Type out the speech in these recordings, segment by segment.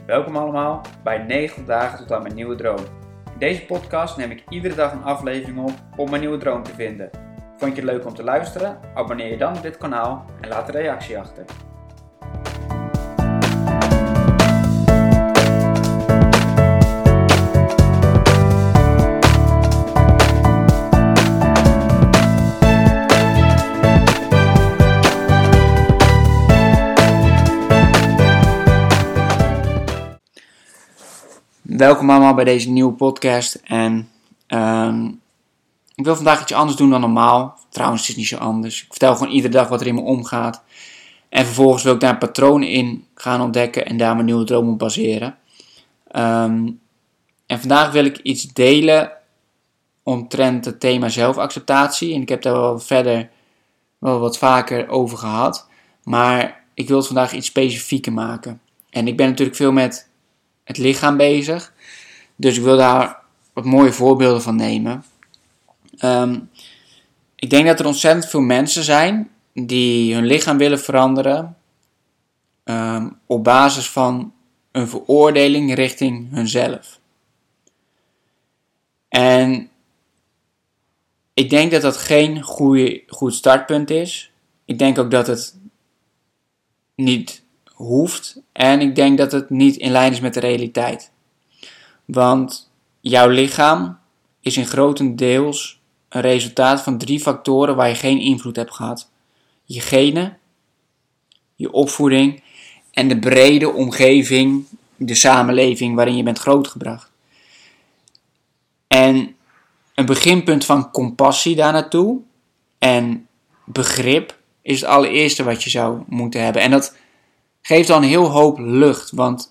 Welkom allemaal bij 90 dagen tot aan mijn nieuwe droom. In deze podcast neem ik iedere dag een aflevering op om mijn nieuwe droom te vinden. Vond je het leuk om te luisteren? Abonneer je dan op dit kanaal en laat een reactie achter. Welkom allemaal bij deze nieuwe podcast en ik wil vandaag iets anders doen dan normaal. Trouwens, het is niet zo anders. Ik vertel gewoon iedere dag wat er in me omgaat. En vervolgens wil ik daar een patroon in gaan ontdekken en daar mijn nieuwe droom op baseren. En vandaag wil ik iets delen omtrent het thema zelfacceptatie. En ik heb daar wel wat vaker over gehad. Maar ik wil het vandaag iets specifieker maken. En ik ben natuurlijk veel met het lichaam bezig. Dus ik wil daar wat mooie voorbeelden van nemen. Ik denk dat er ontzettend veel mensen zijn die hun lichaam willen veranderen. Op basis van een veroordeling richting hunzelf. En ik denk dat dat geen goed startpunt is. Ik denk ook dat het niet hoeft. En ik denk dat het niet in lijn is met de realiteit. Want jouw lichaam is in grotendeels een resultaat van 3 factoren waar je geen invloed hebt gehad. Je genen, je opvoeding en de brede omgeving, de samenleving waarin je bent grootgebracht. En een beginpunt van compassie daar naartoe en begrip is het allereerste wat je zou moeten hebben. En dat geeft dan een heel hoop lucht, want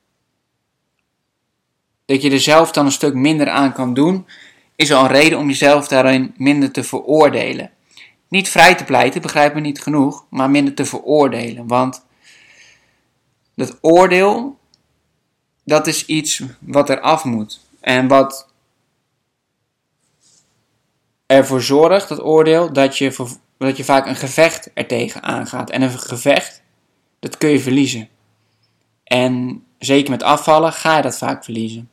dat je er zelf dan een stuk minder aan kan doen, is al een reden om jezelf daarin minder te veroordelen. Niet vrij te pleiten, begrijp me niet genoeg, maar minder te veroordelen. Want dat oordeel, dat is iets wat er af moet. En wat ervoor zorgt, dat oordeel, dat je vaak een gevecht ertegen aangaat. En een gevecht, dat kun je verliezen. En zeker met afvallen ga je dat vaak verliezen.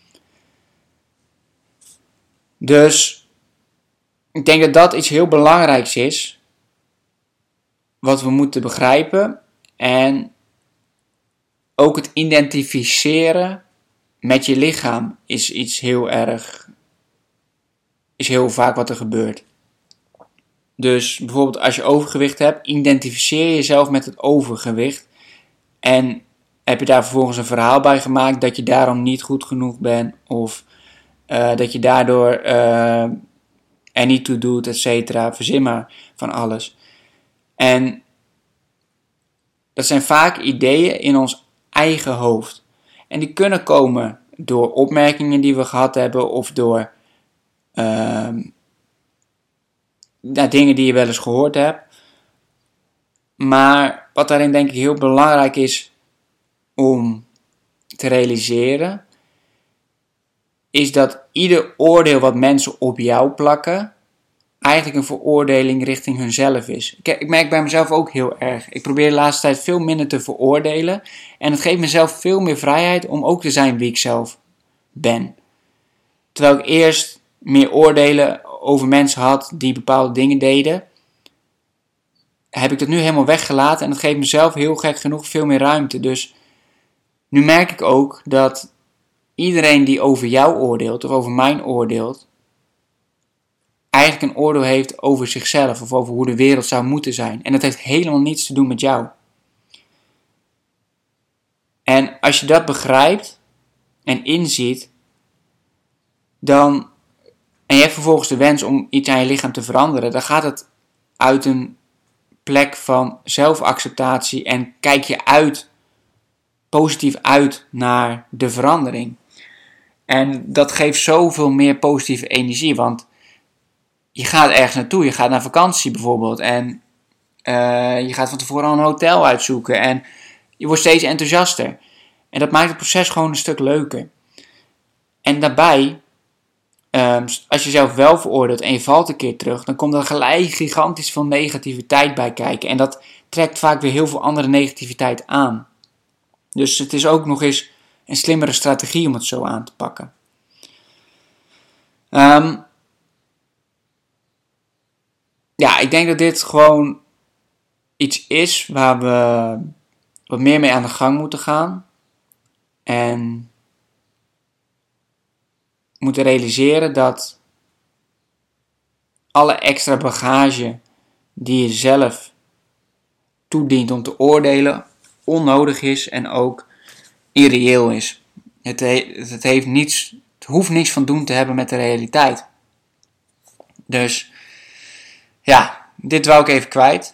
Dus ik denk dat dat iets heel belangrijks is. Wat we moeten begrijpen. En ook het identificeren met je lichaam is heel vaak wat er gebeurt. Dus bijvoorbeeld als je overgewicht hebt, identificeer jezelf met het overgewicht. En heb je daar vervolgens een verhaal bij gemaakt dat je daarom niet goed genoeg bent. Of dat je daardoor er niet toe doet, et cetera. Verzin maar van alles. En dat zijn vaak ideeën in ons eigen hoofd. En die kunnen komen door opmerkingen die we gehad hebben. Of door dingen die je wel eens gehoord hebt. Maar wat daarin denk ik heel belangrijk is om te realiseren, is dat ieder oordeel wat mensen op jou plakken, eigenlijk een veroordeling richting hunzelf is. Ik merk bij mezelf ook heel erg. Ik probeer de laatste tijd veel minder te veroordelen. En het geeft mezelf veel meer vrijheid om ook te zijn wie ik zelf ben. Terwijl ik eerst meer oordelen over mensen had die bepaalde dingen deden, heb ik dat nu helemaal weggelaten. En dat geeft mezelf heel gek genoeg veel meer ruimte. Dus nu merk ik ook dat iedereen die over jou oordeelt of over mij oordeelt, eigenlijk een oordeel heeft over zichzelf of over hoe de wereld zou moeten zijn. En dat heeft helemaal niets te doen met jou. En als je dat begrijpt en inziet, en je hebt vervolgens de wens om iets aan je lichaam te veranderen, dan gaat het uit een plek van zelfacceptatie en kijk je positief uit naar de verandering. En dat geeft zoveel meer positieve energie, want je gaat ergens naartoe, je gaat naar vakantie bijvoorbeeld en je gaat van tevoren al een hotel uitzoeken en je wordt steeds enthousiaster. En dat maakt het proces gewoon een stuk leuker. En daarbij, als je jezelf wel veroordeelt en je valt een keer terug, dan komt er gelijk gigantisch veel negativiteit bij kijken. En dat trekt vaak weer heel veel andere negativiteit aan. Dus het is ook nog eens een slimmere strategie om het zo aan te pakken. Ik denk dat dit gewoon iets is waar we wat meer mee aan de gang moeten gaan. En moeten realiseren dat alle extra bagage die je zelf toedient om te oordelen, onnodig is en ook irreëel is. Het hoeft niets van doen te hebben met de realiteit. Dus dit wou ik even kwijt.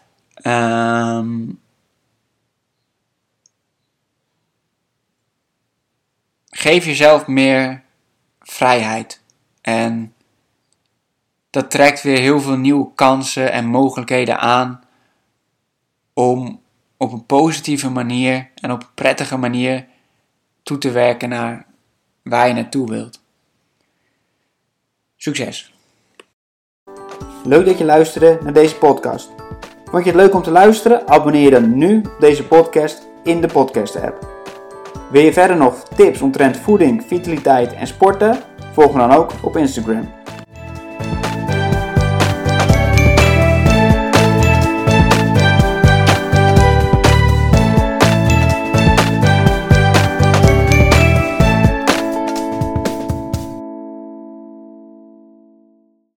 Geef jezelf meer vrijheid. En dat trekt weer heel veel nieuwe kansen en mogelijkheden aan om op een positieve manier en op een prettige manier toe te werken naar waar je naartoe wilt. Succes! Leuk dat je luisterde naar deze podcast. Vond je het leuk om te luisteren? Abonneer je dan nu op deze podcast in de podcast-app. Wil je verder nog tips omtrent voeding, vitaliteit en sporten? Volg me dan ook op Instagram.